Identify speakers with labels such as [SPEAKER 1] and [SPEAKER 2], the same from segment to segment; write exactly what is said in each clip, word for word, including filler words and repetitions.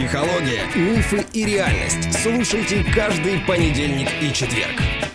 [SPEAKER 1] Психология, мифы и реальность. Слушайте каждый понедельник и четверг.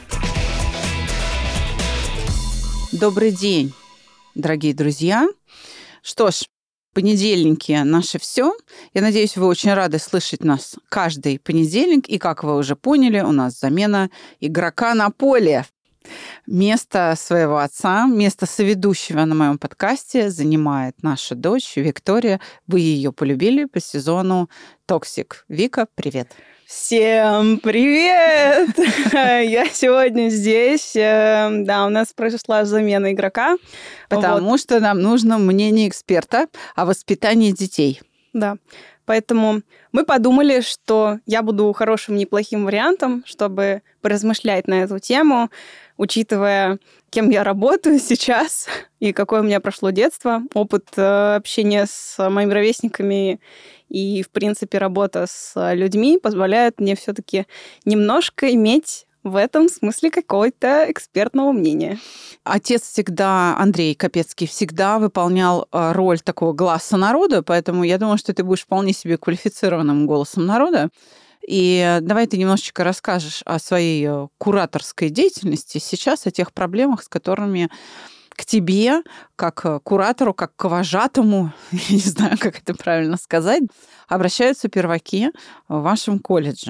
[SPEAKER 2] Добрый день, дорогие друзья. Что ж, понедельники — наше все. Я надеюсь, вы очень рады слышать нас каждый понедельник. И, как вы уже поняли, у нас замена игрока на поле. Место своего отца, место соведущего на моем подкасте занимает наша дочь Виктория. Вы ее полюбили по сезону «Токсик». Вика, привет.
[SPEAKER 3] Всем привет! Я сегодня здесь. Да, у нас произошла замена игрока.
[SPEAKER 2] Потому вот. что нам нужно мнение эксперта о воспитании детей.
[SPEAKER 3] Да, поэтому мы подумали, что я буду хорошим, неплохим вариантом, чтобы поразмышлять на эту тему, учитывая, кем я работаю сейчас и какое у меня прошло детство, опыт общения с моими ровесниками и, в принципе, работа с людьми позволяет мне все-таки немножко иметь в этом смысле какое-то экспертного мнения.
[SPEAKER 2] Отец всегда, Андрей Капецкий, всегда выполнял роль такого гласа народа, поэтому я думаю, что ты будешь вполне себе квалифицированным голосом народа. И давай ты немножечко расскажешь о своей кураторской деятельности сейчас, о тех проблемах, с которыми к тебе, как к куратору, как к вожатому, я не знаю, как это правильно сказать, обращаются перваки в вашем колледже.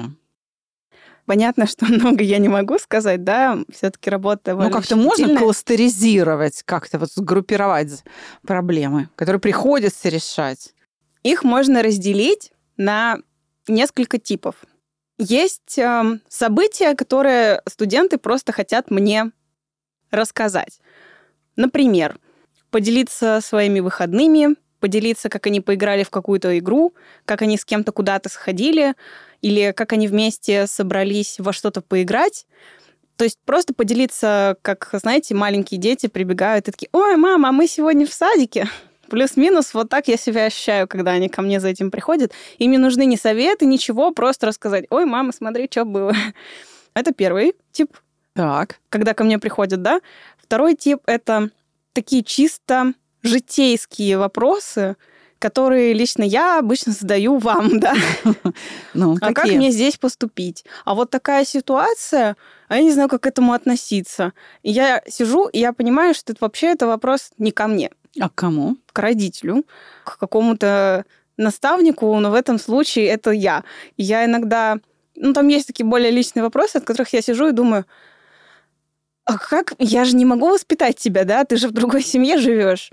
[SPEAKER 3] Понятно, что много я не могу сказать, да, все-таки работа
[SPEAKER 2] Ну, как-то можно кластеризировать, как-то вот сгруппировать проблемы, которые приходится решать?
[SPEAKER 3] Их можно разделить на несколько типов. Есть э, события, которые студенты просто хотят мне рассказать. Например, поделиться своими выходными, поделиться, как они поиграли в какую-то игру, как они с кем-то куда-то сходили, или как они вместе собрались во что-то поиграть. То есть просто поделиться, как, знаете, маленькие дети прибегают и такие: «Ой, мама, мы сегодня в садике». Плюс-минус вот так я себя ощущаю, когда они ко мне за этим приходят. Им не нужны ни советы, ничего, просто рассказать: «Ой, мама, смотри, что было». Это первый тип.
[SPEAKER 2] Так.
[SPEAKER 3] Когда ко мне приходят, да. Второй тип — это такие чисто житейские вопросы, которые лично я обычно задаю вам, да.
[SPEAKER 2] Ну,
[SPEAKER 3] а как мне здесь поступить? А вот такая ситуация, а я не знаю, как к этому относиться. И я сижу, и я понимаю, что это вообще это вопрос не ко мне.
[SPEAKER 2] А к кому?
[SPEAKER 3] К родителю, к какому-то наставнику, но в этом случае это я. И я иногда... Ну, там есть такие более личные вопросы, от которых я сижу и думаю: а как? Я же не могу воспитать тебя, да? Ты же в другой семье живешь.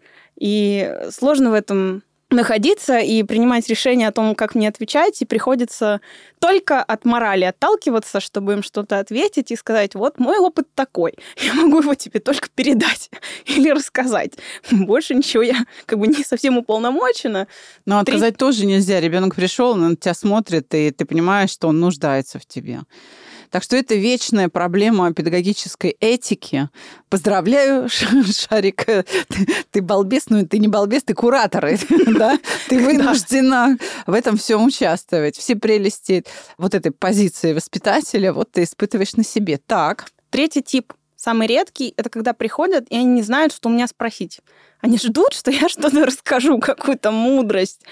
[SPEAKER 3] И сложно в этом находиться и принимать решение о том, как мне отвечать, и приходится только от морали отталкиваться, чтобы им что-то ответить и сказать: вот мой опыт такой, я могу его тебе только передать или рассказать. Больше ничего, я как бы не совсем уполномочена.
[SPEAKER 2] Но отказать Три... тоже нельзя. Ребенок пришел, он на тебя смотрит, и ты понимаешь, что он нуждается в тебе. Так что это вечная проблема педагогической этики. Поздравляю, Шарик, ты, ты балбес, ну ты не балбес, ты куратор, да? Ты вынуждена в этом всем участвовать. Все прелести вот этой позиции воспитателя вот ты испытываешь на себе. Так.
[SPEAKER 3] Третий тип, самый редкий, это когда приходят, и они не знают, что у меня спросить. Они ждут, что я что-то расскажу, какую-то мудрость.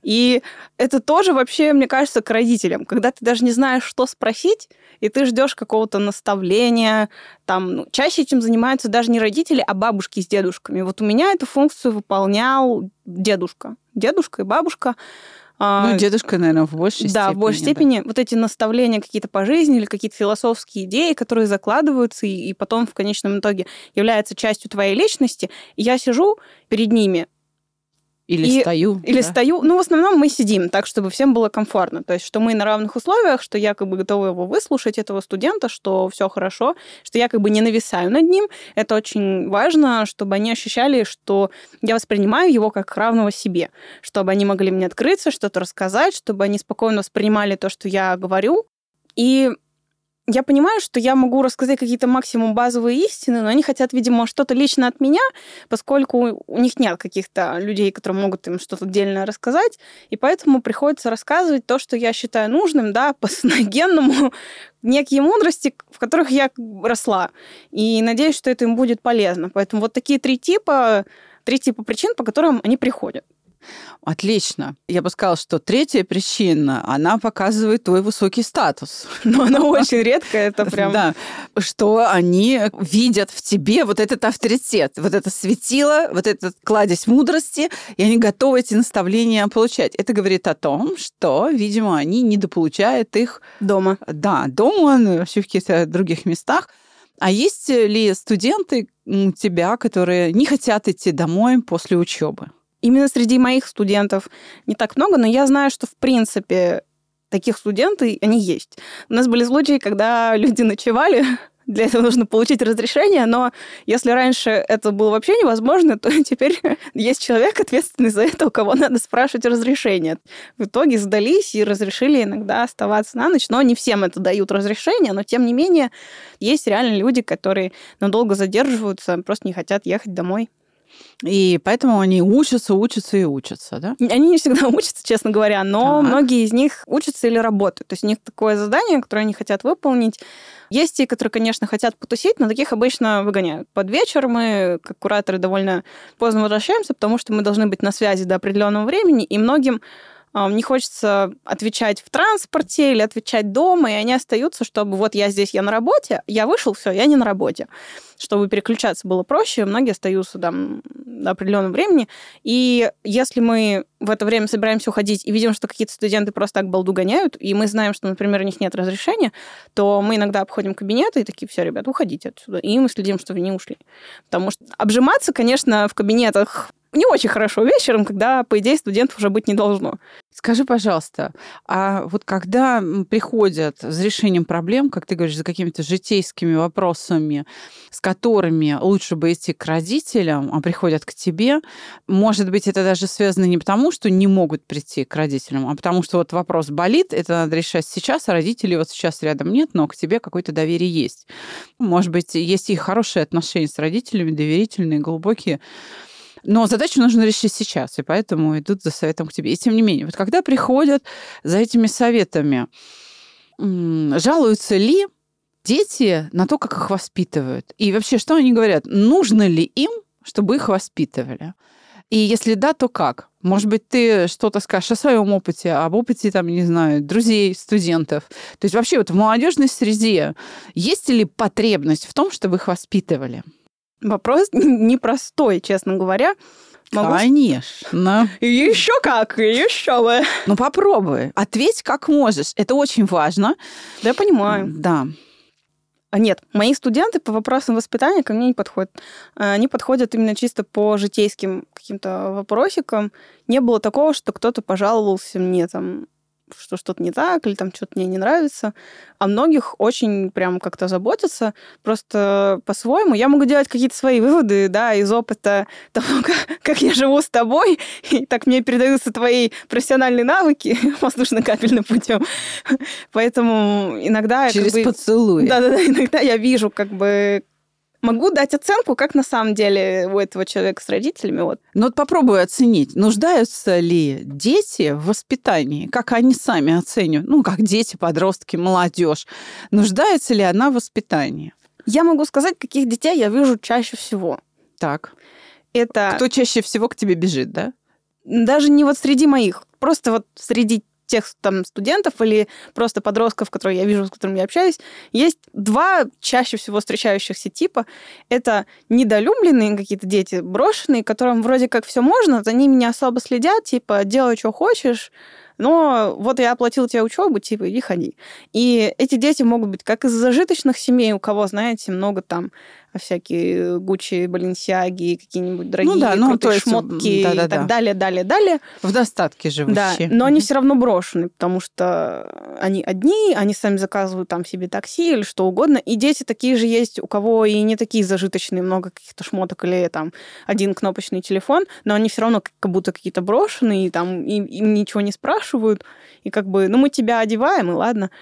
[SPEAKER 3] И это тоже вообще, мне кажется, к родителям. Когда ты даже не знаешь, что спросить, и ты ждешь какого-то наставления. Там, ну, чаще этим занимаются даже не родители, а бабушки с дедушками. Вот у меня эту функцию выполнял дедушка. Дедушка и бабушка.
[SPEAKER 2] Ну, дедушка, наверное, в большей
[SPEAKER 3] да,
[SPEAKER 2] степени.
[SPEAKER 3] Да, в большей степени. Вот эти наставления какие-то по жизни или какие-то философские идеи, которые закладываются и, и потом в конечном итоге являются частью твоей личности. И я сижу перед ними.
[SPEAKER 2] Или
[SPEAKER 3] и,
[SPEAKER 2] стою.
[SPEAKER 3] Или
[SPEAKER 2] да?
[SPEAKER 3] стою. Ну, в основном мы сидим так, чтобы всем было комфортно. То есть, что мы на равных условиях, что я как бы готова его выслушать, этого студента, что все хорошо, что я как бы не нависаю над ним. Это очень важно, чтобы они ощущали, что я воспринимаю его как равного себе, чтобы они могли мне открыться, что-то рассказать, чтобы они спокойно воспринимали то, что я говорю. И я понимаю, что я могу рассказать какие-то максимум базовые истины, но они хотят, видимо, что-то лично от меня, поскольку у них нет каких-то людей, которые могут им что-то отдельно рассказать, и поэтому приходится рассказывать то, что я считаю нужным, да, по саногенному, некие мудрости, в которых я росла. И надеюсь, что это им будет полезно. Поэтому вот такие три типа, три типа причин, по которым они приходят.
[SPEAKER 2] Отлично. Я бы сказала, что третья причина, она показывает твой высокий статус.
[SPEAKER 3] Но она очень редкая, это прям...
[SPEAKER 2] Да, что они видят в тебе вот этот авторитет, вот это светило, вот этот кладезь мудрости, и они готовы эти наставления получать. Это говорит о том, что, видимо, они недополучают их...
[SPEAKER 3] Дома.
[SPEAKER 2] Да, дома, ну, вообще в каких-то других местах. А есть ли студенты у тебя, которые не хотят идти домой после учебы?
[SPEAKER 3] Именно среди моих студентов не так много, но я знаю, что, в принципе, таких студентов, они есть. У нас были случаи, когда люди ночевали, для этого нужно получить разрешение, но если раньше это было вообще невозможно, то теперь есть человек, ответственный за это, у кого надо спрашивать разрешение. В итоге сдались и разрешили иногда оставаться на ночь, но не всем это дают разрешение, но тем не менее есть реально люди, которые надолго задерживаются, просто не хотят ехать домой.
[SPEAKER 2] И поэтому они учатся, учатся и учатся, да?
[SPEAKER 3] Они не всегда учатся, честно говоря, но
[SPEAKER 2] Так.
[SPEAKER 3] многие из них учатся или работают. То есть у них такое задание, которое они хотят выполнить. Есть те, которые, конечно, хотят потусить, но таких обычно выгоняют. Под вечер мы, как кураторы, довольно поздно возвращаемся, потому что мы должны быть на связи до определенного времени, и многим не хочется отвечать в транспорте или отвечать дома, и они остаются, чтобы вот я здесь, я на работе, я вышел, все, я не на работе. Чтобы переключаться было проще, многие остаются там до определенного времени. И если мы в это время собираемся уходить и видим, что какие-то студенты просто так балду гоняют, и мы знаем, что, например, у них нет разрешения, то мы иногда обходим кабинеты и такие: все, ребят, уходите отсюда. И мы следим, чтобы вы не ушли. Потому что обжиматься, конечно, в кабинетах не очень хорошо вечером, когда, по идее, студентов уже быть не должно.
[SPEAKER 2] Скажи, пожалуйста, а вот когда приходят с решением проблем, как ты говоришь, за какими-то житейскими вопросами, с которыми лучше бы идти к родителям, а приходят к тебе, может быть, это даже связано не потому, что не могут прийти к родителям, а потому что вот вопрос болит, это надо решать сейчас, а родителей вот сейчас рядом нет, но к тебе какое-то доверие есть. Может быть, есть и хорошие отношения с родителями, доверительные, глубокие. Но задачу нужно решить сейчас, и поэтому идут за советом к тебе. И тем не менее, вот когда приходят за этими советами, жалуются ли дети на то, как их воспитывают? И вообще, что они говорят? Нужно ли им, чтобы их воспитывали? И если да, то как? Может быть, ты что-то скажешь о своем опыте, об опыте, там, не знаю, друзей, студентов. То есть вообще вот в молодежной среде есть ли потребность в том, чтобы их воспитывали?
[SPEAKER 3] Вопрос непростой, честно говоря.
[SPEAKER 2] Могу... Конечно.
[SPEAKER 3] Еще как, еще бы.
[SPEAKER 2] Ну, попробуй. Ответь как можешь. Это очень важно.
[SPEAKER 3] Да, я понимаю.
[SPEAKER 2] Да.
[SPEAKER 3] Нет, мои студенты по вопросам воспитания ко мне не подходят. Они подходят именно чисто по житейским каким-то вопросикам. Не было такого, что кто-то пожаловался мне там, что что-то не так, или там что-то мне не нравится. А многих очень прям как-то заботятся. Просто по-своему. Я могу делать какие-то свои выводы, да, из опыта того, как, как я живу с тобой, и так мне передаются твои профессиональные навыки воздушно-капельным путем. Поэтому иногда...
[SPEAKER 2] Через
[SPEAKER 3] как бы,
[SPEAKER 2] поцелуй.
[SPEAKER 3] Да-да-да, иногда я вижу как бы... Могу дать оценку, как на самом деле у этого человека с родителями. Вот.
[SPEAKER 2] Ну вот попробуй оценить, нуждаются ли дети в воспитании, как они сами оценивают, ну, как дети, подростки, молодежь. Нуждается ли она в воспитании?
[SPEAKER 3] Я могу сказать, каких детей я вижу чаще всего.
[SPEAKER 2] Так.
[SPEAKER 3] Это...
[SPEAKER 2] Кто чаще всего к тебе бежит, да?
[SPEAKER 3] Даже не вот среди моих, просто вот среди тех там студентов или просто подростков, которые я вижу, с которыми я общаюсь, есть два чаще всего встречающихся типа. Это недолюбленные какие-то дети, брошенные, которым вроде как все можно, за ними не особо следят, типа, делай, что хочешь, но вот я оплатил тебе учебу, типа, иди ходи. И эти дети могут быть как из зажиточных семей, у кого, знаете, много там всякие Гуччи, Баленсиаги, какие-нибудь дорогие,
[SPEAKER 2] ну, да, ну,
[SPEAKER 3] крутые
[SPEAKER 2] есть,
[SPEAKER 3] шмотки
[SPEAKER 2] да, да,
[SPEAKER 3] и так
[SPEAKER 2] да.
[SPEAKER 3] далее, далее, далее.
[SPEAKER 2] В достатке живущие.
[SPEAKER 3] Да, но они все равно брошены, потому что они одни, они сами заказывают там себе такси или что угодно. И дети такие же есть, у кого и не такие зажиточные, много каких-то шмоток или там один кнопочный телефон, но они все равно как будто какие-то брошенные, и там им, им ничего не спрашивают. И как бы, ну, мы тебя одеваем, и ладно.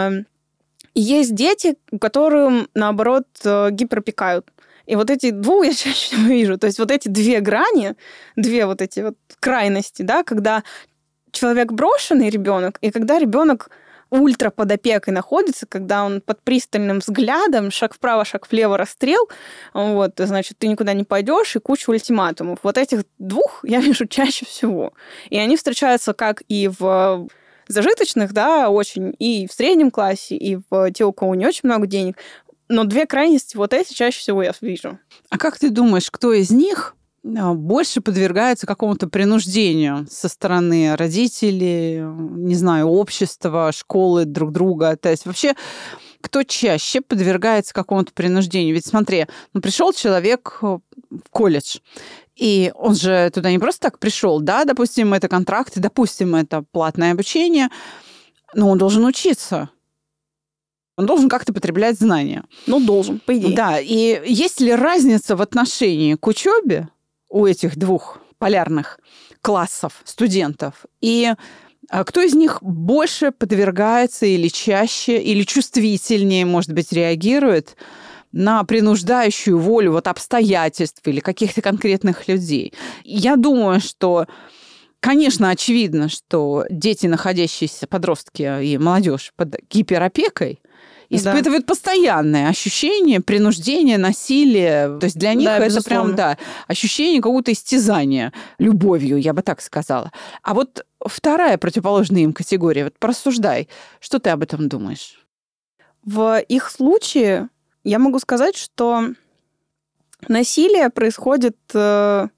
[SPEAKER 3] И есть дети, которым, наоборот, гиперопекают. И вот эти двух я чаще всего вижу. То есть вот эти две грани, две вот эти вот крайности, да, когда человек брошенный ребенок, и когда ребенок ультра под опекой находится, когда он под пристальным взглядом, шаг вправо, шаг влево, расстрел, вот, значит, ты никуда не пойдешь, и куча ультиматумов. Вот этих двух я вижу чаще всего. И они встречаются как и в зажиточных, да, очень, и в среднем классе, и в те, у кого не очень много денег. Но две крайности, вот эти чаще всего я вижу.
[SPEAKER 2] А как ты думаешь, кто из них больше подвергается какому-то принуждению со стороны родителей, не знаю, общества, школы, друг друга? То есть вообще кто чаще подвергается какому-то принуждению? Ведь смотри, ну, пришел человек в колледж, и он же туда не просто так пришел, да, допустим, это контракт, допустим, это платное обучение, но он должен учиться. Он должен как-то потреблять знания.
[SPEAKER 3] Ну, должен, по идее.
[SPEAKER 2] Да, и есть ли разница в отношении к учебе у этих двух полярных классов студентов? И кто из них больше подвергается или чаще, или чувствительнее, может быть, реагирует на принуждающую волю вот обстоятельств или каких-то конкретных людей? Я думаю, что, конечно, очевидно, что дети, находящиеся, подростки и молодежь под гиперопекой, испытывают да. постоянное ощущение принуждения, насилия. То есть для них да, это безусловно. Прям, да, ощущение какого-то истязания любовью, я бы так сказала. А вот вторая противоположная им категория. Вот порассуждай, что ты об этом думаешь?
[SPEAKER 3] В их случае я могу сказать, что насилие происходит э,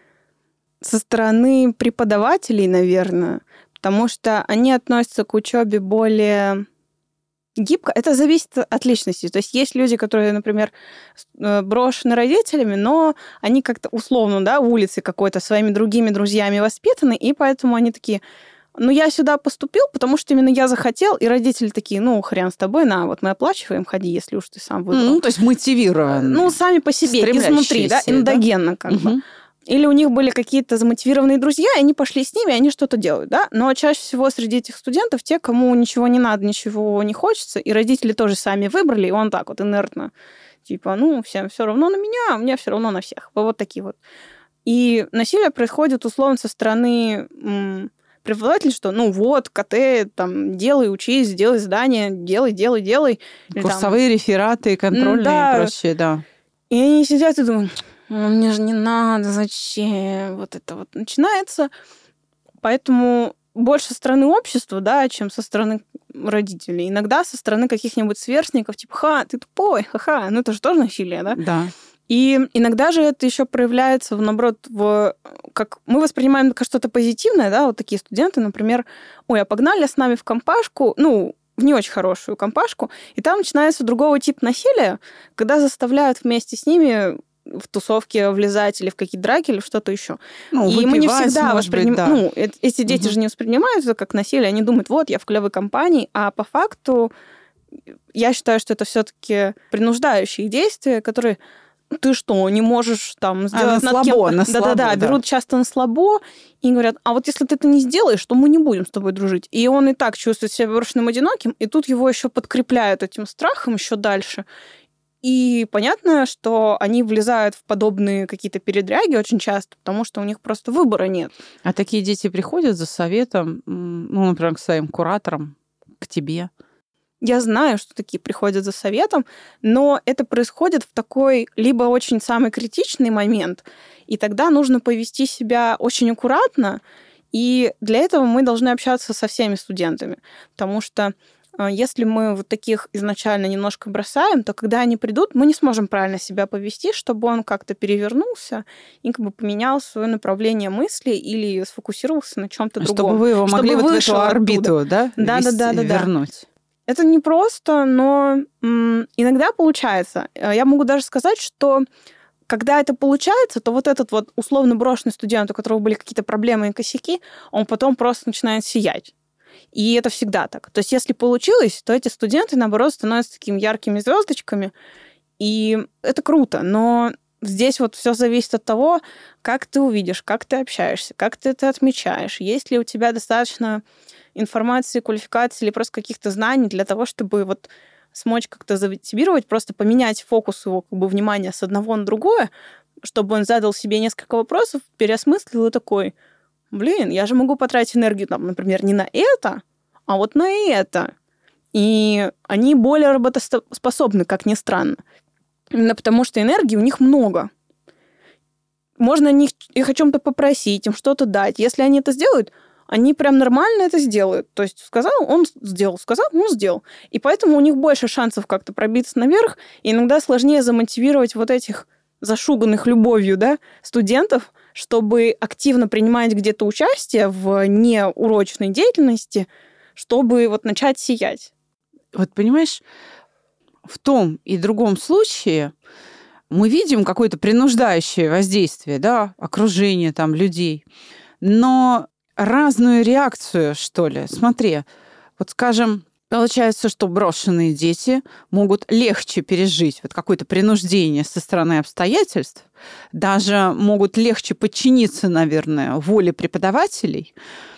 [SPEAKER 3] со стороны преподавателей, наверное, потому что они относятся к учебе более гибко. Это зависит от личности. То есть есть люди, которые, например, брошены родителями, но они как-то условно, да, улицы какой-то своими другими друзьями воспитаны, и поэтому они такие: ну, я сюда поступил, потому что именно я захотел, и родители такие: ну, хрен с тобой, на, вот мы оплачиваем, ходи, если уж ты сам выбрал.
[SPEAKER 2] Ну, то есть мотивированы.
[SPEAKER 3] Ну, сами по себе, изнутри, да, эндогенно да? как угу. бы. Или у них были какие-то замотивированные друзья, и они пошли с ними, и они что-то делают, да? Но чаще всего среди этих студентов те, кому ничего не надо, ничего не хочется, и родители тоже сами выбрали, и он так вот инертно, типа, ну, всем все равно на меня, а мне все равно на всех. Вот такие вот. И насилие происходит условно со стороны м, преподавателя, что, ну, вот, КТ, там, делай, учись, делай задания, делай, делай, делай.
[SPEAKER 2] Курсовые
[SPEAKER 3] там,
[SPEAKER 2] рефераты, контрольные да, и прочее, да.
[SPEAKER 3] И они сидят и думают: ну, мне же не надо, зачем? Вот это вот начинается. Поэтому больше со стороны общества, да, чем со стороны родителей. Иногда со стороны каких-нибудь сверстников, типа: ха, ты тупой, ха-ха. Ну, это же тоже насилие, да?
[SPEAKER 2] Да.
[SPEAKER 3] И иногда же это еще проявляется, в, наоборот, в... как мы воспринимаем как что-то позитивное, да, вот такие студенты, например: ой, а погнали с нами в компашку, ну, в не очень хорошую компашку, и там начинается другого типа насилия, когда заставляют вместе с ними в тусовке влезать или в какие-то драки, или что-то еще.
[SPEAKER 2] Ну,
[SPEAKER 3] и мы не всегда воспринимаем...
[SPEAKER 2] Да.
[SPEAKER 3] Ну, эти дети угу. же не воспринимают это как насилие, они думают: вот, я в клевой компании, а по факту я считаю, что это все-таки принуждающие действия, которые... Ты что, не можешь там сделать
[SPEAKER 2] а, на
[SPEAKER 3] над
[SPEAKER 2] слабо,
[SPEAKER 3] кем-то?
[SPEAKER 2] на слабо,
[SPEAKER 3] Да-да-да,
[SPEAKER 2] да.
[SPEAKER 3] берут часто на слабо и говорят: а вот если ты это не сделаешь, то мы не будем с тобой дружить. И он и так чувствует себя брошенным, одиноким, и тут его еще подкрепляют этим страхом еще дальше. И понятно, что они влезают в подобные какие-то передряги очень часто, потому что у них просто выбора нет.
[SPEAKER 2] А такие дети приходят за советом, ну, например, к своим кураторам, к тебе?
[SPEAKER 3] Я знаю, что такие приходят за советом, но это происходит в такой либо очень самый критичный момент, и тогда нужно повести себя очень аккуратно, и для этого мы должны общаться со всеми студентами, потому что если мы вот таких изначально немножко бросаем, то когда они придут, мы не сможем правильно себя повести, чтобы он как-то перевернулся и как бы поменял свое направление мысли или сфокусировался на чем-то другом.
[SPEAKER 2] Чтобы вы его могли вот в эту орбиту, да,
[SPEAKER 3] да, да, да, да,
[SPEAKER 2] вернуть.
[SPEAKER 3] Это непросто, но м, иногда получается. Я могу даже сказать, что когда это получается, то вот этот вот условно брошенный студент, у которого были какие-то проблемы и косяки, он потом просто начинает сиять. И это всегда так. То есть если получилось, то эти студенты, наоборот, становятся такими яркими звездочками, и это круто. Но здесь вот все зависит от того, как ты увидишь, как ты общаешься, как ты это отмечаешь, есть ли у тебя достаточно информации, квалификации или просто каких-то знаний для того, чтобы вот смочь как-то замотивировать, просто поменять фокус его как бы внимания с одного на другое, чтобы он задал себе несколько вопросов, переосмыслил и такой: блин, я же могу потратить энергию, там, например, не на это, а вот на это. И они более работоспособны, как ни странно. Именно потому, что энергии у них много. Можно них, их о чем-то попросить, им что-то дать. Если они это сделают, они прям нормально это сделают. То есть сказал, он сделал, сказал, он сделал. И поэтому у них больше шансов как-то пробиться наверх. И иногда сложнее замотивировать вот этих зашуганных любовью, да, студентов, чтобы активно принимать где-то участие в неурочной деятельности, чтобы вот начать сиять.
[SPEAKER 2] Вот понимаешь, в том и другом случае мы видим какое-то принуждающее воздействие, да, окружение там людей, но разную реакцию, что ли. Смотри, вот скажем, получается, что брошенные дети могут легче пережить вот какое-то принуждение со стороны обстоятельств, даже могут легче подчиниться, наверное, воле преподавателей,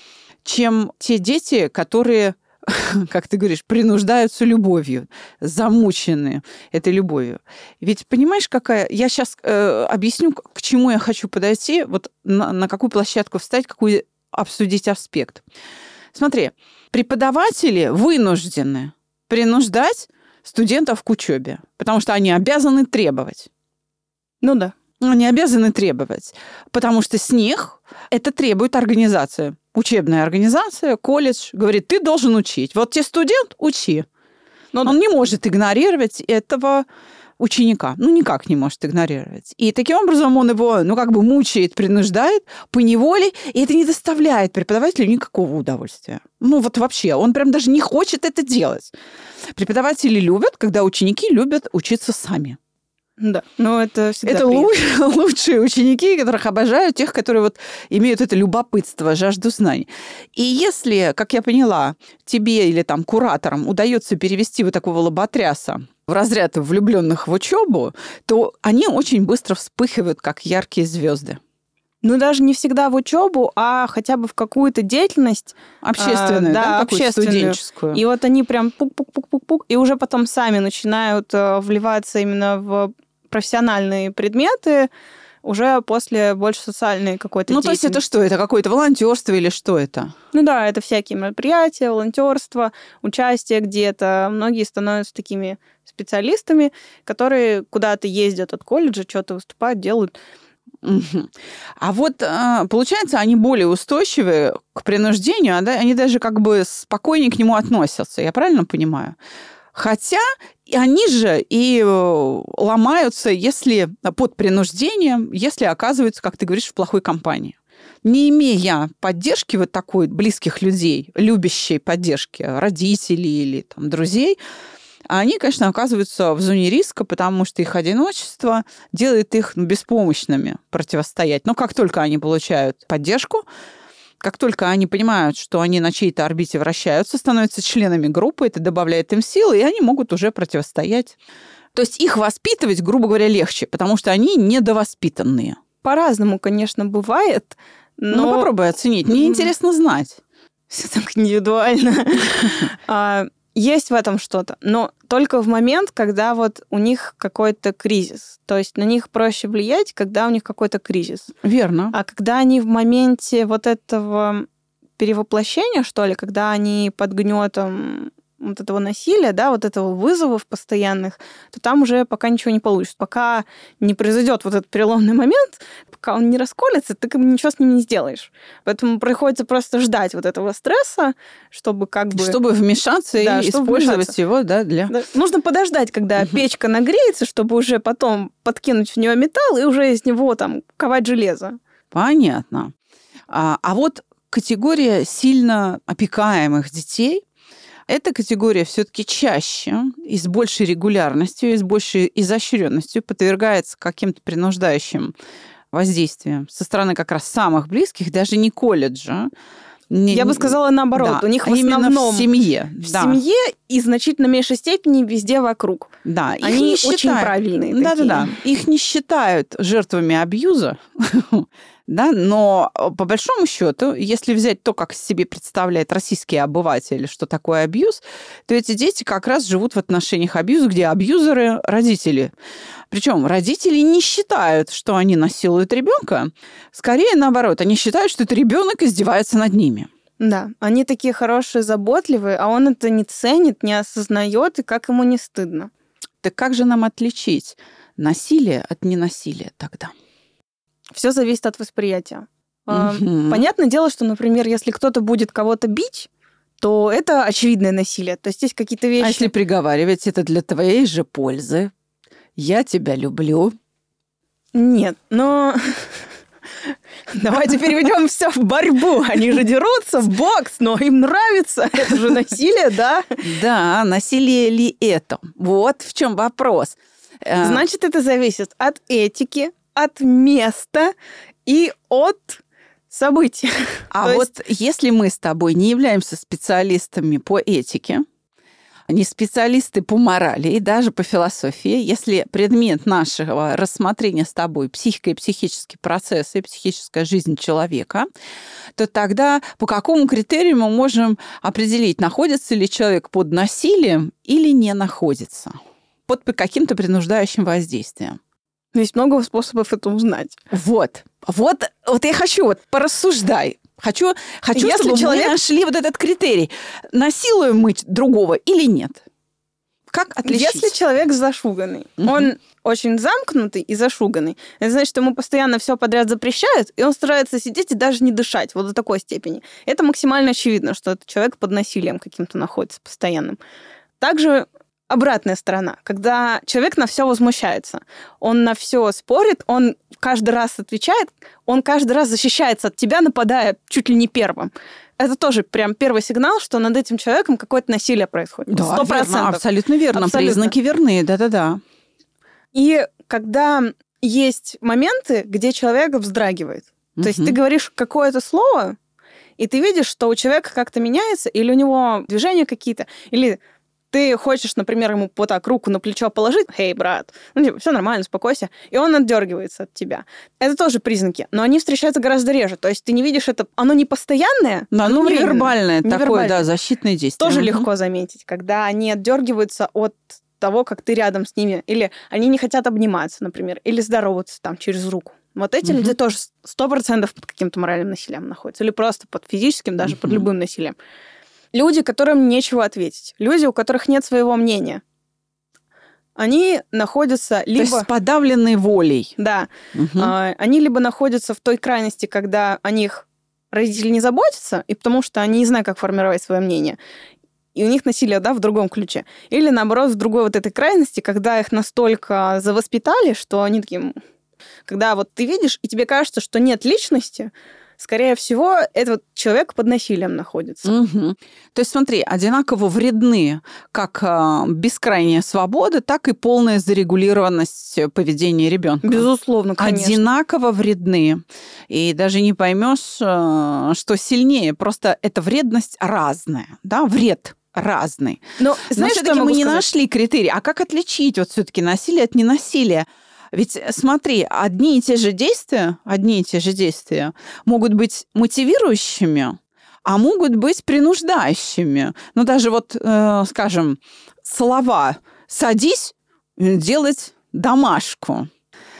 [SPEAKER 2] чем те дети, которые, как ты говоришь, принуждаются любовью, замучены этой любовью. Ведь понимаешь, какая... Я сейчас э, объясню, к чему я хочу подойти, вот на, на какую площадку встать, какую обсудить аспект. Смотри, преподаватели вынуждены принуждать студентов к учебе, потому что они обязаны требовать.
[SPEAKER 3] Ну да.
[SPEAKER 2] Они обязаны требовать, потому что с них это требует организация. Учебная организация, колледж говорит, ты должен учить. Вот тебе студент, учи. Но он не может игнорировать этого ученика. Ну, никак не может игнорировать. И таким образом он его, ну, как бы мучает, принуждает поневоле, и это не доставляет преподавателю никакого удовольствия. Ну, вот вообще, он прям даже не хочет это делать. Преподаватели любят, когда ученики любят учиться сами.
[SPEAKER 3] Да, но это всегда
[SPEAKER 2] Это лучшие, лучшие ученики, которых обожаю, тех, которые вот имеют это любопытство, жажду знаний. И если, как я поняла, тебе или там кураторам удается перевести вот такого лоботряса в разряд влюбленных в учебу, то они очень быстро вспыхивают, как яркие звезды.
[SPEAKER 3] Ну, даже не всегда в учебу, а хотя бы в какую-то деятельность.
[SPEAKER 2] Общественную,
[SPEAKER 3] а,
[SPEAKER 2] да,
[SPEAKER 3] да,
[SPEAKER 2] общественную, студенческую.
[SPEAKER 3] И вот они прям пук-пук-пук-пук-пук, и уже потом сами начинают вливаться именно в профессиональные предметы, уже после больше социальной какой-то
[SPEAKER 2] Ну,
[SPEAKER 3] деятельности.
[SPEAKER 2] то есть это что? Это какое-то волонтерство или что это?
[SPEAKER 3] Ну да, это всякие мероприятия, волонтерство, участие где-то. Многие становятся такими специалистами, которые куда-то ездят от колледжа, что-то выступают, делают.
[SPEAKER 2] Угу. А вот, получается, они более устойчивы к принуждению, а они даже как бы спокойнее к нему относятся. Я правильно понимаю? Хотя они же и ломаются, если под принуждением, если оказываются, как ты говоришь, в плохой компании. Не имея поддержки вот такой близких людей, любящей поддержки родителей или там, друзей, они, конечно, оказываются в зоне риска, потому что их одиночество делает их беспомощными противостоять. Но как только они получают поддержку, как только они понимают, что они на чьей-то орбите вращаются, становятся членами группы, это добавляет им силы, и они могут уже противостоять. То есть их воспитывать, грубо говоря, легче, потому что они недовоспитанные.
[SPEAKER 3] По-разному, конечно, бывает, но...
[SPEAKER 2] Ну, попробуй оценить. Мне интересно знать.
[SPEAKER 3] Все так индивидуально. Есть в этом что-то, но только в момент, когда вот у них какой-то кризис. То есть на них проще влиять, когда у них какой-то кризис.
[SPEAKER 2] Верно.
[SPEAKER 3] А когда они в моменте вот этого перевоплощения, что ли, когда они под гнетом вот этого насилия, да, вот этого вызовов постоянных, то там уже пока ничего не получится. Пока не произойдет вот этот переломный момент, пока он не расколется, ты как бы ничего с ним не сделаешь. Поэтому приходится просто ждать вот этого стресса, чтобы как бы...
[SPEAKER 2] Чтобы вмешаться да, и чтобы использовать вмешаться. Его, да, для...
[SPEAKER 3] Да. Нужно подождать, когда угу. печка нагреется, чтобы уже потом подкинуть в нее металл и уже из него там ковать железо.
[SPEAKER 2] Понятно. А, а вот категория сильно опекаемых детей, эта категория все-таки чаще и с большей регулярностью, и с большей изощренностью подвергается каким-то принуждающим воздействиям со стороны как раз самых близких, даже не колледжа. Не,
[SPEAKER 3] Я бы сказала наоборот.
[SPEAKER 2] Да,
[SPEAKER 3] у них в
[SPEAKER 2] именно
[SPEAKER 3] основном
[SPEAKER 2] в семье.
[SPEAKER 3] В
[SPEAKER 2] да.
[SPEAKER 3] семье и значительно меньшей степени везде вокруг.
[SPEAKER 2] Да,
[SPEAKER 3] они
[SPEAKER 2] их
[SPEAKER 3] очень
[SPEAKER 2] считают,
[SPEAKER 3] правильные.
[SPEAKER 2] Да,
[SPEAKER 3] такие.
[SPEAKER 2] да, да. Их не считают жертвами абьюза. Да, но по большому счету, если взять то, как себе представляет российский обыватель, что такое абьюз, то эти дети как раз живут в отношениях абьюза, где абьюзеры – родители. Причем родители не считают, что они насилуют ребенка, скорее наоборот, они считают, что это ребенок издевается над ними.
[SPEAKER 3] Да, они такие хорошие, заботливые, а он это не ценит, не осознает, и как ему не стыдно.
[SPEAKER 2] Так как же нам отличить насилие от ненасилия тогда?
[SPEAKER 3] Все зависит от восприятия.
[SPEAKER 2] Мгм.
[SPEAKER 3] Понятное дело, что, например, если кто-то будет кого-то бить, то это очевидное насилие. То есть есть какие-то вещи...
[SPEAKER 2] А если приговаривать, это для твоей же пользы. Я тебя люблю.
[SPEAKER 3] Нет, но... Давайте переведем все в борьбу. Они же дерутся в бокс, но им нравится. Это же насилие, да?
[SPEAKER 2] Да, насилие ли это? Вот в чем вопрос. Э,
[SPEAKER 3] Значит, это зависит от этики, от места и от событий.
[SPEAKER 2] А
[SPEAKER 3] То
[SPEAKER 2] вот если мы с тобой не являемся специалистами по этике, не специалисты по морали и даже по философии, если предмет нашего рассмотрения с тобой психика и психические процессы, и психическая жизнь человека, то тогда по какому критерию мы можем определить, находится ли человек под насилием или не находится? Под каким-то принуждающим воздействием.
[SPEAKER 3] Есть много способов это узнать.
[SPEAKER 2] Вот. Вот, вот я хочу, вот порассуждай. Хочу, хочу
[SPEAKER 3] Если
[SPEAKER 2] чтобы
[SPEAKER 3] человек-
[SPEAKER 2] мы нашли вот этот критерий. Насилуем мы другого или нет? Как отличить?
[SPEAKER 3] Если человек зашуганный,
[SPEAKER 2] Мгм.
[SPEAKER 3] он очень замкнутый и зашуганный, это значит, что ему постоянно все подряд запрещают, и он старается сидеть и даже не дышать вот до такой степени. Это максимально очевидно, что этот человек под насилием каким-то находится постоянным. Также обратная сторона, когда человек на все возмущается, он на все спорит, он каждый раз отвечает, он каждый раз защищается от тебя, нападая чуть ли не первым. Это тоже прям первый сигнал, что над этим человеком какое-то насилие происходит.
[SPEAKER 2] Да,
[SPEAKER 3] Сто
[SPEAKER 2] верно,
[SPEAKER 3] процентов.
[SPEAKER 2] абсолютно верно.
[SPEAKER 3] Абсолютно.
[SPEAKER 2] Признаки верны, да-да-да.
[SPEAKER 3] И когда есть моменты, где человек вздрагивает, то есть
[SPEAKER 2] Мгм.
[SPEAKER 3] ты говоришь какое-то слово, и ты видишь, что у человека как-то меняется, или у него движения какие-то, или ты хочешь, например, ему вот так руку на плечо положить, «Эй, брат, ну, типа, все нормально, успокойся», и он отдергивается от тебя. Это тоже признаки, но они встречаются гораздо реже. То есть ты не видишь это, оно не постоянное,
[SPEAKER 2] Да,
[SPEAKER 3] оно
[SPEAKER 2] ну,
[SPEAKER 3] временное.
[SPEAKER 2] невербальное такое,
[SPEAKER 3] Невербальное.
[SPEAKER 2] да, защитное действие.
[SPEAKER 3] Тоже
[SPEAKER 2] Мгм.
[SPEAKER 3] легко заметить, когда они отдергиваются от того, как ты рядом с ними, или они не хотят обниматься, например, или здороваться там через руку. Вот эти
[SPEAKER 2] Мгм.
[SPEAKER 3] люди тоже сто процентов под каким-то моральным насилием находятся, или просто под физическим, даже под
[SPEAKER 2] Мгм.
[SPEAKER 3] любым насилием. Люди, которым нечего ответить, люди, у которых нет своего мнения, они находятся
[SPEAKER 2] То
[SPEAKER 3] либо...
[SPEAKER 2] есть с подавленной волей.
[SPEAKER 3] Да,
[SPEAKER 2] Мгм.
[SPEAKER 3] а, они либо находятся в той крайности, когда о них родители не заботятся, и потому что они не знают, как формировать свое мнение, и у них насилие, да, в другом ключе. Или, наоборот, в другой вот этой крайности, когда их настолько завоспитали, что они такие... м, Когда вот ты видишь, и тебе кажется, что нет личности, скорее всего, этот человек под насилием находится.
[SPEAKER 2] Мгм. То есть, смотри, одинаково вредны как а, бескрайняя свобода, так и полная зарегулированность поведения ребенка.
[SPEAKER 3] Безусловно, конечно.
[SPEAKER 2] Одинаково вредны. И даже не поймешь, э, что сильнее. Просто эта вредность разная. Да? Вред разный.
[SPEAKER 3] Но
[SPEAKER 2] Но
[SPEAKER 3] знаешь, что я
[SPEAKER 2] все-таки
[SPEAKER 3] могу
[SPEAKER 2] мы не
[SPEAKER 3] сказать?
[SPEAKER 2] нашли критерий. А как отличить вот все-таки насилие от ненасилия? Ведь смотри, одни и те же действия, одни и те же действия могут быть мотивирующими, а могут быть принуждающими. Ну, даже вот, э, скажем, слова «садись э, делать домашку».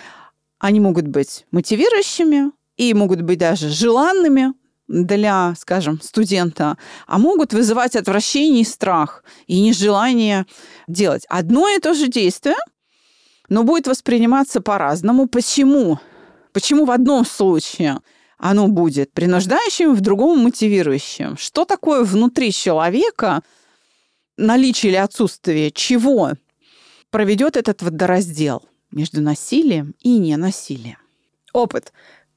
[SPEAKER 2] Они могут быть мотивирующими и могут быть даже желанными для, скажем, студента, а могут вызывать отвращение и страх, и нежелание делать. Одно и то же действие, но будет восприниматься по-разному. Почему? Почему в одном случае оно будет принуждающим, в другом мотивирующим? Что такое внутри человека, наличие или отсутствие чего проведет этот водораздел между насилием и ненасилием?
[SPEAKER 3] Опыт.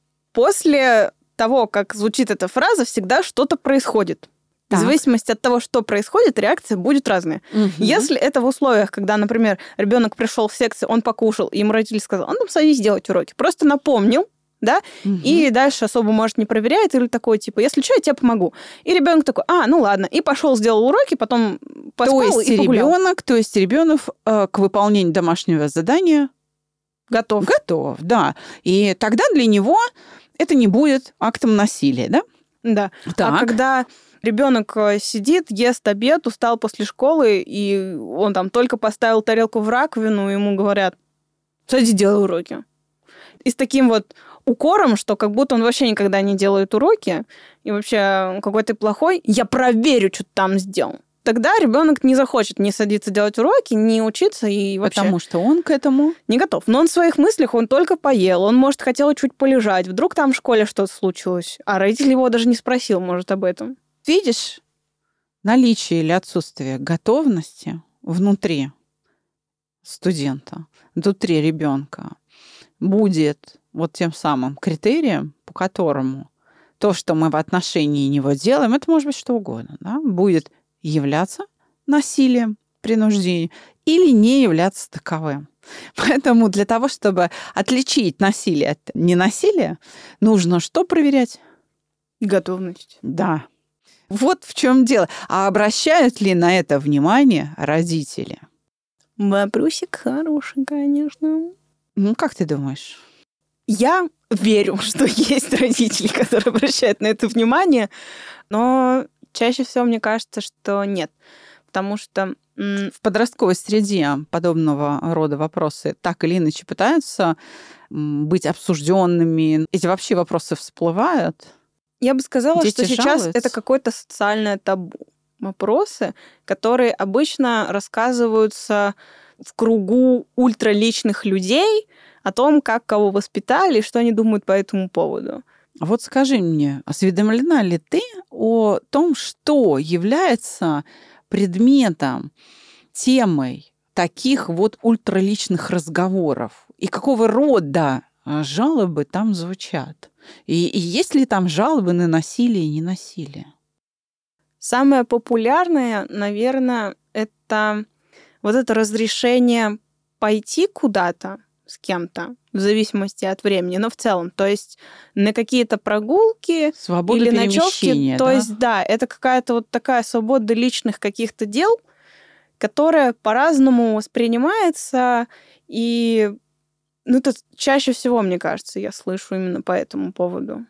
[SPEAKER 3] После того, как звучит эта фраза, всегда что-то происходит.
[SPEAKER 2] Так.
[SPEAKER 3] В зависимости от того, что происходит, реакция будет разная.
[SPEAKER 2] Мгм.
[SPEAKER 3] Если это в условиях, когда, например, ребенок пришел в секцию, он покушал, и ему родитель сказал, он там садись делать уроки, просто напомнил, да,
[SPEAKER 2] Мгм.
[SPEAKER 3] и дальше особо, может, не проверяет, или такой, типа, если что, я тебе помогу. И ребенок такой, а, ну ладно, и пошел, сделал уроки, потом поспал
[SPEAKER 2] то есть
[SPEAKER 3] и погулял.
[SPEAKER 2] ребенок, то есть ребенок э, к выполнению домашнего задания
[SPEAKER 3] Готов.
[SPEAKER 2] готов, да. И тогда для него это не будет актом насилия, да?
[SPEAKER 3] Да.
[SPEAKER 2] Так.
[SPEAKER 3] А когда ребенок сидит, ест обед, устал после школы, и он там только поставил тарелку в раковину, ему говорят, садись, делай уроки. И с таким вот укором, что как будто он вообще никогда не делает уроки, и вообще какой ты плохой, я проверю, что ты там сделал. Тогда ребенок не захочет не садиться делать уроки, не учиться и вообще...
[SPEAKER 2] Потому что он к этому
[SPEAKER 3] не готов. Но он в своих мыслях, он только поел, он, может, хотел чуть полежать, вдруг там в школе что-то случилось, а родитель его даже не спросил, может, об этом.
[SPEAKER 2] Видишь, наличие или отсутствие готовности внутри студента, внутри ребенка будет вот тем самым критерием, по которому то, что мы в отношении него делаем, это может быть что угодно, да, будет являться насилием, принуждением или не являться таковым. Поэтому для того, чтобы отличить насилие от ненасилия, нужно что проверять?
[SPEAKER 3] Готовность.
[SPEAKER 2] Да. Вот в чем дело. А обращают ли на это внимание родители?
[SPEAKER 3] Вопросик хороший, конечно.
[SPEAKER 2] Ну, как ты думаешь?
[SPEAKER 3] Я верю, что есть родители, которые обращают на это внимание, но чаще всего мне кажется, что нет. Потому что...
[SPEAKER 2] В подростковой среде подобного рода вопросы так или иначе пытаются быть обсужденными. Эти вообще вопросы всплывают.
[SPEAKER 3] Я бы сказала,
[SPEAKER 2] Дети
[SPEAKER 3] что сейчас
[SPEAKER 2] жалуются?
[SPEAKER 3] это какое-то социальное табу. Вопросы, которые обычно рассказываются в кругу ультраличных людей о том, как кого воспитали и что они думают по этому поводу.
[SPEAKER 2] Вот скажи мне, осведомлена ли ты о том, что является предметом, темой таких вот ультраличных разговоров? И какого рода жалобы там звучат? И, и есть ли там жалобы на насилие и ненасилие?
[SPEAKER 3] Самое популярное, наверное, это вот это разрешение пойти куда-то с кем-то, в зависимости от времени, но в целом, то есть на какие-то прогулки
[SPEAKER 2] Свобода
[SPEAKER 3] или
[SPEAKER 2] перемещения,
[SPEAKER 3] ночевки, то
[SPEAKER 2] да?
[SPEAKER 3] есть да, это какая-то вот такая свобода личных каких-то дел, которая по-разному воспринимается, и ну, это чаще всего, мне кажется, я слышу именно по этому поводу.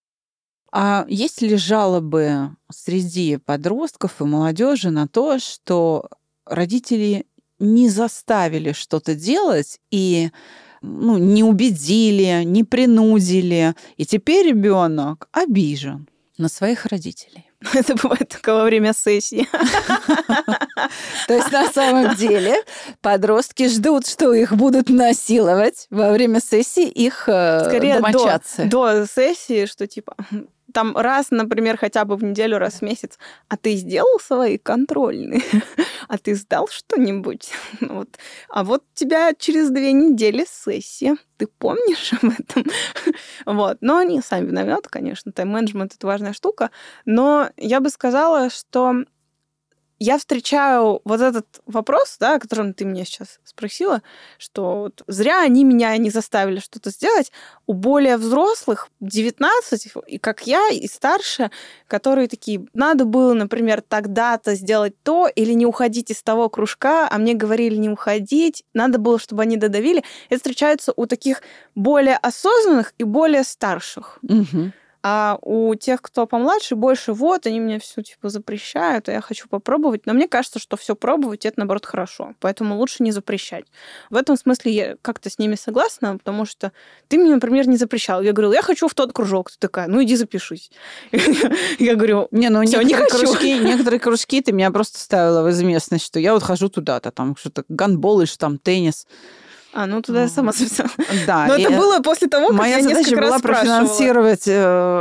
[SPEAKER 2] А есть ли жалобы среди подростков и молодежи на то, что родители не заставили что-то делать и ну, не убедили, не принудили, и теперь ребенок обижен на своих родителей?
[SPEAKER 3] Это бывает только во время сессии.
[SPEAKER 2] То есть на самом деле подростки ждут, что их будут насиловать во время сессии их
[SPEAKER 3] Скорее
[SPEAKER 2] домочадцы.
[SPEAKER 3] До, до сессии, что типа там раз, например, хотя бы в неделю, раз в месяц, а ты сделал свои контрольные? А ты сдал что-нибудь? Вот. А вот у тебя через две недели сессия. Ты помнишь об этом? Вот. Но они сами виноваты, конечно. Тайм-менеджмент — это важная штука. Но я бы сказала, что я встречаю вот этот вопрос, да, о котором ты меня сейчас спросила, что вот зря они меня не заставили что-то сделать. У более взрослых, девятнадцать, и как я, и старше, которые такие, надо было, например, тогда-то сделать то, или не уходить из того кружка, а мне говорили не уходить, надо было, чтобы они додавили. Это встречается у таких более осознанных и более старших.
[SPEAKER 2] Угу.
[SPEAKER 3] А у тех, кто помладше, больше вот, они мне все типа запрещают, а я хочу попробовать. Но мне кажется, что все пробовать — это, наоборот, хорошо. Поэтому лучше не запрещать. В этом смысле я как-то с ними согласна, потому что ты мне, например, не запрещал. Я говорила, я хочу в тот кружок. Ты такая, ну иди запишись. Я говорю,
[SPEAKER 2] не, ну
[SPEAKER 3] всё, не
[SPEAKER 2] некоторые
[SPEAKER 3] хочу.
[SPEAKER 2] кружки, некоторые кружки ты меня просто ставила в известность, что я вот хожу туда-то, там что-то гандбол или что там теннис.
[SPEAKER 3] А, ну туда я сама записала.
[SPEAKER 2] Да.
[SPEAKER 3] Но
[SPEAKER 2] и
[SPEAKER 3] это было после того, как
[SPEAKER 2] моя
[SPEAKER 3] я
[SPEAKER 2] задача
[SPEAKER 3] несколько
[SPEAKER 2] была
[SPEAKER 3] раз спрашивала.
[SPEAKER 2] профинансировать э,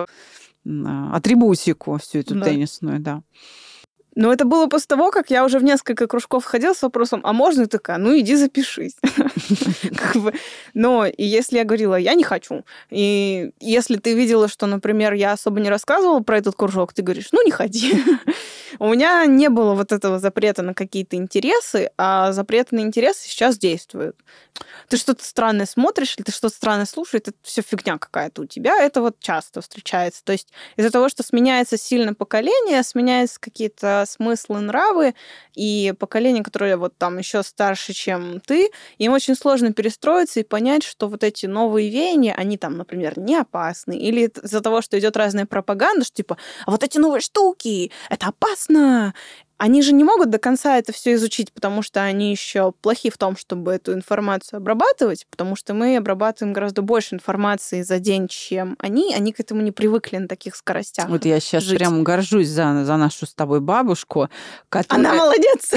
[SPEAKER 2] атрибутику всю эту
[SPEAKER 3] Да.
[SPEAKER 2] теннисную, да.
[SPEAKER 3] Но это было после того, как я уже в несколько кружков ходила с вопросом, а можно? И такая, ну иди запишись. Как бы. Но и если я говорила, я не хочу, и если ты видела, что, например, я особо не рассказывала про этот кружок, ты говоришь, ну не ходи. У меня не было вот этого запрета на какие-то интересы, а запреты на интересы сейчас действуют. Ты что-то странное смотришь, или ты что-то странное слушаешь, это все фигня какая-то у тебя, это вот часто встречается. То есть из-за того, что сменяется сильно поколение, сменяются какие-то смыслы, нравы, и поколение, которое вот там еще старше, чем ты, им очень сложно перестроиться и понять, что вот эти новые веяния, они там, например, не опасны, или из-за того, что идет разная пропаганда, что типа, а вот эти новые штуки, это опасно. они же не могут до конца это все изучить, потому что они еще плохи в том, чтобы эту информацию обрабатывать, потому что мы обрабатываем гораздо больше информации за день, чем они. Они к этому не привыкли на таких скоростях.
[SPEAKER 2] Вот я сейчас
[SPEAKER 3] жить.
[SPEAKER 2] прям горжусь за, за нашу с тобой бабушку, которая...
[SPEAKER 3] Она молодец!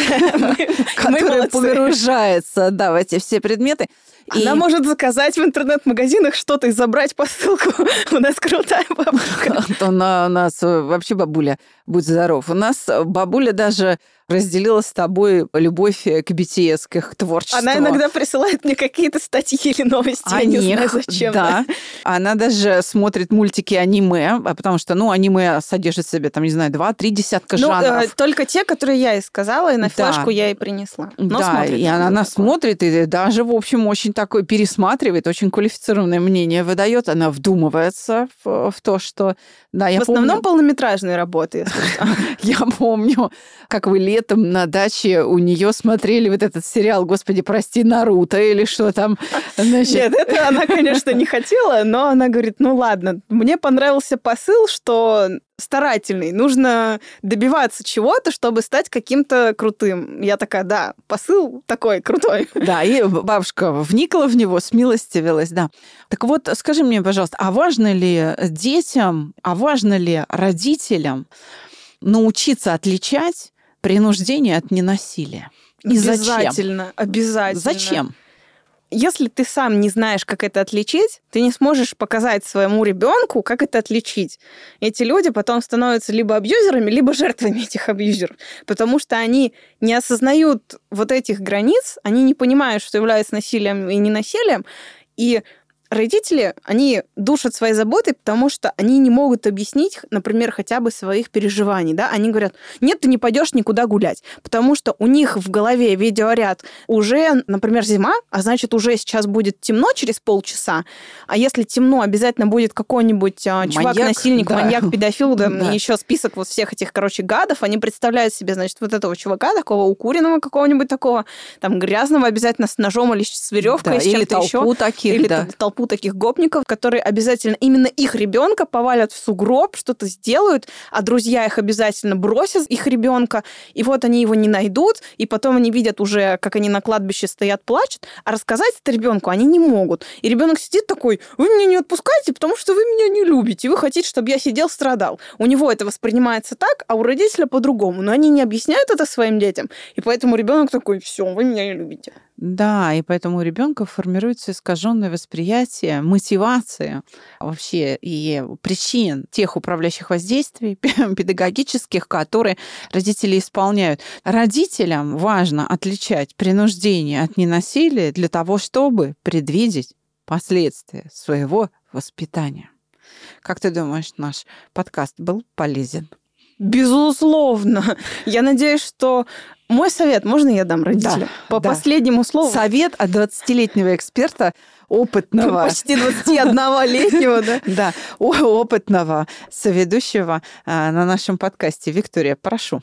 [SPEAKER 2] Которая погружается, да, в эти все предметы.
[SPEAKER 3] Она может заказать в интернет-магазинах что-то и забрать посылку. У нас крутая бабушка.
[SPEAKER 2] У нас вообще бабуля, будь здоров. У нас бабуля даже разделила с тобой любовь к би ти эс, к их творчеству.
[SPEAKER 3] Она иногда присылает мне какие-то статьи или новости,
[SPEAKER 2] а
[SPEAKER 3] я не
[SPEAKER 2] них,
[SPEAKER 3] знаю зачем.
[SPEAKER 2] Да. Она даже смотрит мультики аниме, потому что, ну, аниме содержит в себе, там, не знаю, два-три десятка
[SPEAKER 3] ну,
[SPEAKER 2] жанров.
[SPEAKER 3] Э, только те, которые я и сказала, и на флешку да. я и принесла. Но
[SPEAKER 2] да,
[SPEAKER 3] смотрит,
[SPEAKER 2] и она, она смотрит, и даже, в общем, очень такой пересматривает, очень квалифицированное мнение выдает, она вдумывается в, в то, что... Да, я
[SPEAKER 3] в основном
[SPEAKER 2] помню...
[SPEAKER 3] полнометражные работы, если что.
[SPEAKER 2] Я помню, как вы летом на даче у нее смотрели вот этот сериал, господи, прости, Наруто или что там.
[SPEAKER 3] Значит... Нет, это она, конечно, не хотела, но она говорит, ну ладно, мне понравился посыл, что старательный, нужно добиваться чего-то, чтобы стать каким-то крутым. Я такая, да, посыл такой крутой.
[SPEAKER 2] Да, и бабушка вникла в него, смилостивилась, да. Так вот, скажи мне, пожалуйста, а важно ли детям, а важно ли родителям научиться отличать принуждение от ненасилия? И
[SPEAKER 3] обязательно,
[SPEAKER 2] зачем?
[SPEAKER 3] Обязательно.
[SPEAKER 2] Зачем?
[SPEAKER 3] Если ты сам не знаешь, как это отличить, ты не сможешь показать своему ребенку, как это отличить. Эти люди потом становятся либо абьюзерами, либо жертвами этих абьюзеров, потому что они не осознают вот этих границ, они не понимают, что является насилием и ненасилием, и родители, они душат своей заботой, потому что они не могут объяснить, например, хотя бы своих переживаний. Да? Они говорят, нет, ты не пойдешь никуда гулять, потому что у них в голове видеоряд уже, например, зима, а значит, уже сейчас будет темно через полчаса, а если темно, обязательно будет какой-нибудь маньяк, чувак-насильник, да. маньяк, педофил, да, да. еще список вот всех этих, короче, гадов, они представляют себе, значит, вот этого чувака, такого укуренного какого-нибудь такого, там, грязного, обязательно с ножом или с веревкой,
[SPEAKER 2] да,
[SPEAKER 3] с чем-то
[SPEAKER 2] или толпу
[SPEAKER 3] еще.
[SPEAKER 2] таких,
[SPEAKER 3] или
[SPEAKER 2] да.
[SPEAKER 3] толпу таких гопников, которые обязательно именно их ребенка повалят в сугроб, что-то сделают, а друзья их обязательно бросят, их ребенка, и вот они его не найдут, и потом они видят уже, как они на кладбище стоят, плачут, а рассказать это ребенку они не могут. И ребенок сидит такой, вы меня не отпускаете, потому что вы меня не любите, вы хотите, чтобы я сидел, страдал. У него это воспринимается так, а у родителя по-другому, но они не объясняют это своим детям, и поэтому ребенок такой, все, вы меня не любите.
[SPEAKER 2] Да, и поэтому у ребенка формируется искаженное восприятие, мотивация вообще и причин тех управляющих воздействий педагогических, которые родители исполняют. Родителям важно отличать принуждение от ненасилия для того, чтобы предвидеть последствия своего воспитания. Как ты думаешь, наш подкаст был полезен?
[SPEAKER 3] Безусловно. Я надеюсь, что мой совет, можно я дам родителям? Да, По да. последнему слову.
[SPEAKER 2] Совет от двадцатилетнего эксперта, опытного.
[SPEAKER 3] Почти двадцатиоднолетнего, да?
[SPEAKER 2] Да, опытного соведущего на нашем подкасте. Виктория, прошу.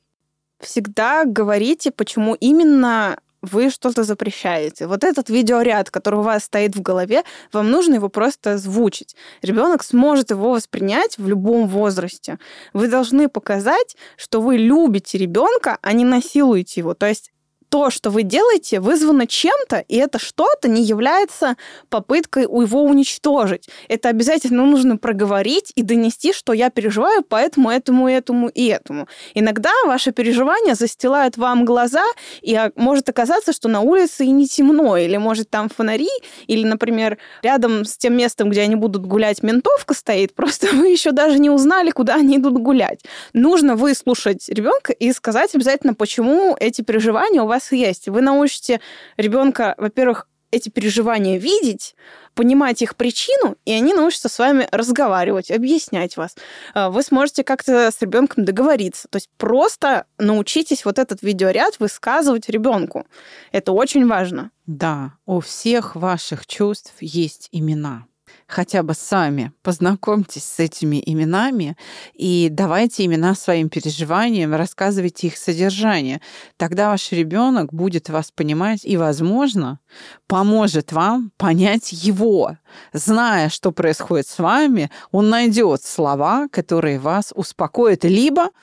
[SPEAKER 3] Всегда говорите, почему именно вы что-то запрещаете. Вот этот видеоряд, который у вас стоит в голове, вам нужно его просто озвучить. Ребенок сможет его воспринять в любом возрасте. Вы должны показать, что вы любите ребенка, а не насилуете его. То есть то, что вы делаете, вызвано чем-то, и это что-то не является попыткой его уничтожить. Это обязательно нужно проговорить и донести, что я переживаю по этому, этому, этому и этому. Иногда ваши переживания застилают вам глаза, и может оказаться, что на улице и не темно, или может там фонари, или, например, рядом с тем местом, где они будут гулять, ментовка стоит, просто вы еще даже не узнали, куда они идут гулять. Нужно выслушать ребенка и сказать обязательно, почему эти переживания у вас есть. Вы научите ребенка, во-первых, эти переживания видеть, понимать их причину, и они научатся с вами разговаривать, объяснять вас. Вы сможете как-то с ребенком договориться. То есть просто научитесь вот этот видеоряд высказывать ребенку. Это очень важно.
[SPEAKER 2] Да, у всех ваших чувств есть имена. Хотя бы сами познакомьтесь с этими именами и давайте имена своим переживаниям, рассказывайте их содержание. Тогда ваш ребенок будет вас понимать и, возможно, поможет вам понять его. Зная, что происходит с вами, он найдет слова, которые вас успокоят, либо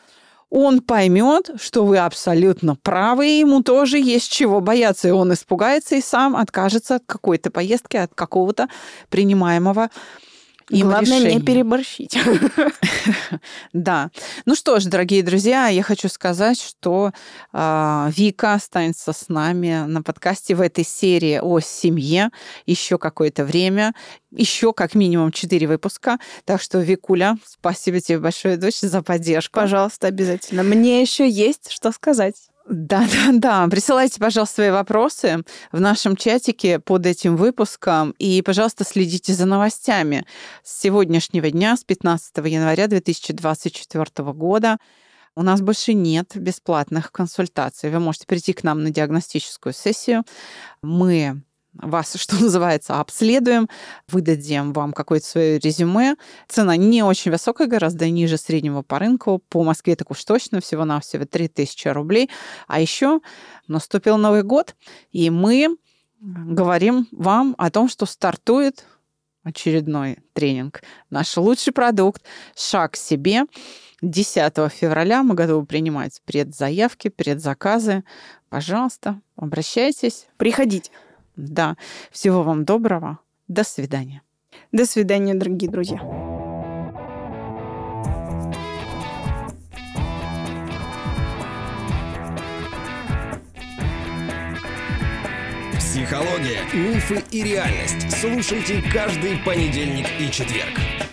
[SPEAKER 2] он поймет, что вы абсолютно правы, и ему тоже есть чего бояться, и он испугается и сам откажется от какой-то поездки, от какого-то принимаемого им
[SPEAKER 3] Главное,
[SPEAKER 2] решения.
[SPEAKER 3] не переборщить.
[SPEAKER 2] Да. Ну что ж, дорогие друзья, я хочу сказать, что э, Вика останется с нами на подкасте в этой серии о семье еще какое-то время, еще как минимум четыре выпуска. Так что, Викуля, спасибо тебе большое, дочь, за поддержку.
[SPEAKER 3] Пожалуйста, обязательно. Мне еще есть что сказать.
[SPEAKER 2] Да, да, да. Присылайте, пожалуйста, свои вопросы в нашем чатике под этим выпуском. И, пожалуйста, следите за новостями с сегодняшнего дня, с пятнадцатого января две тысячи двадцать четвёртого года. У нас больше нет бесплатных консультаций. Вы можете прийти к нам на диагностическую сессию. Мы вас, что называется, обследуем, выдадим вам какое-то свое резюме. Цена не очень высокая, гораздо ниже среднего по рынку. По Москве так уж точно, всего-навсего три тысячи рублей. А еще наступил Новый год, и мы говорим вам о том, что стартует очередной тренинг. Наш лучший продукт «Шаг к себе». десятого февраля мы готовы принимать предзаявки, предзаказы. Пожалуйста, обращайтесь.
[SPEAKER 3] Приходите.
[SPEAKER 2] Да. Всего вам доброго. До свидания.
[SPEAKER 3] До свидания, дорогие друзья.
[SPEAKER 1] Психология, мифы и реальность. Слушайте каждый понедельник и четверг.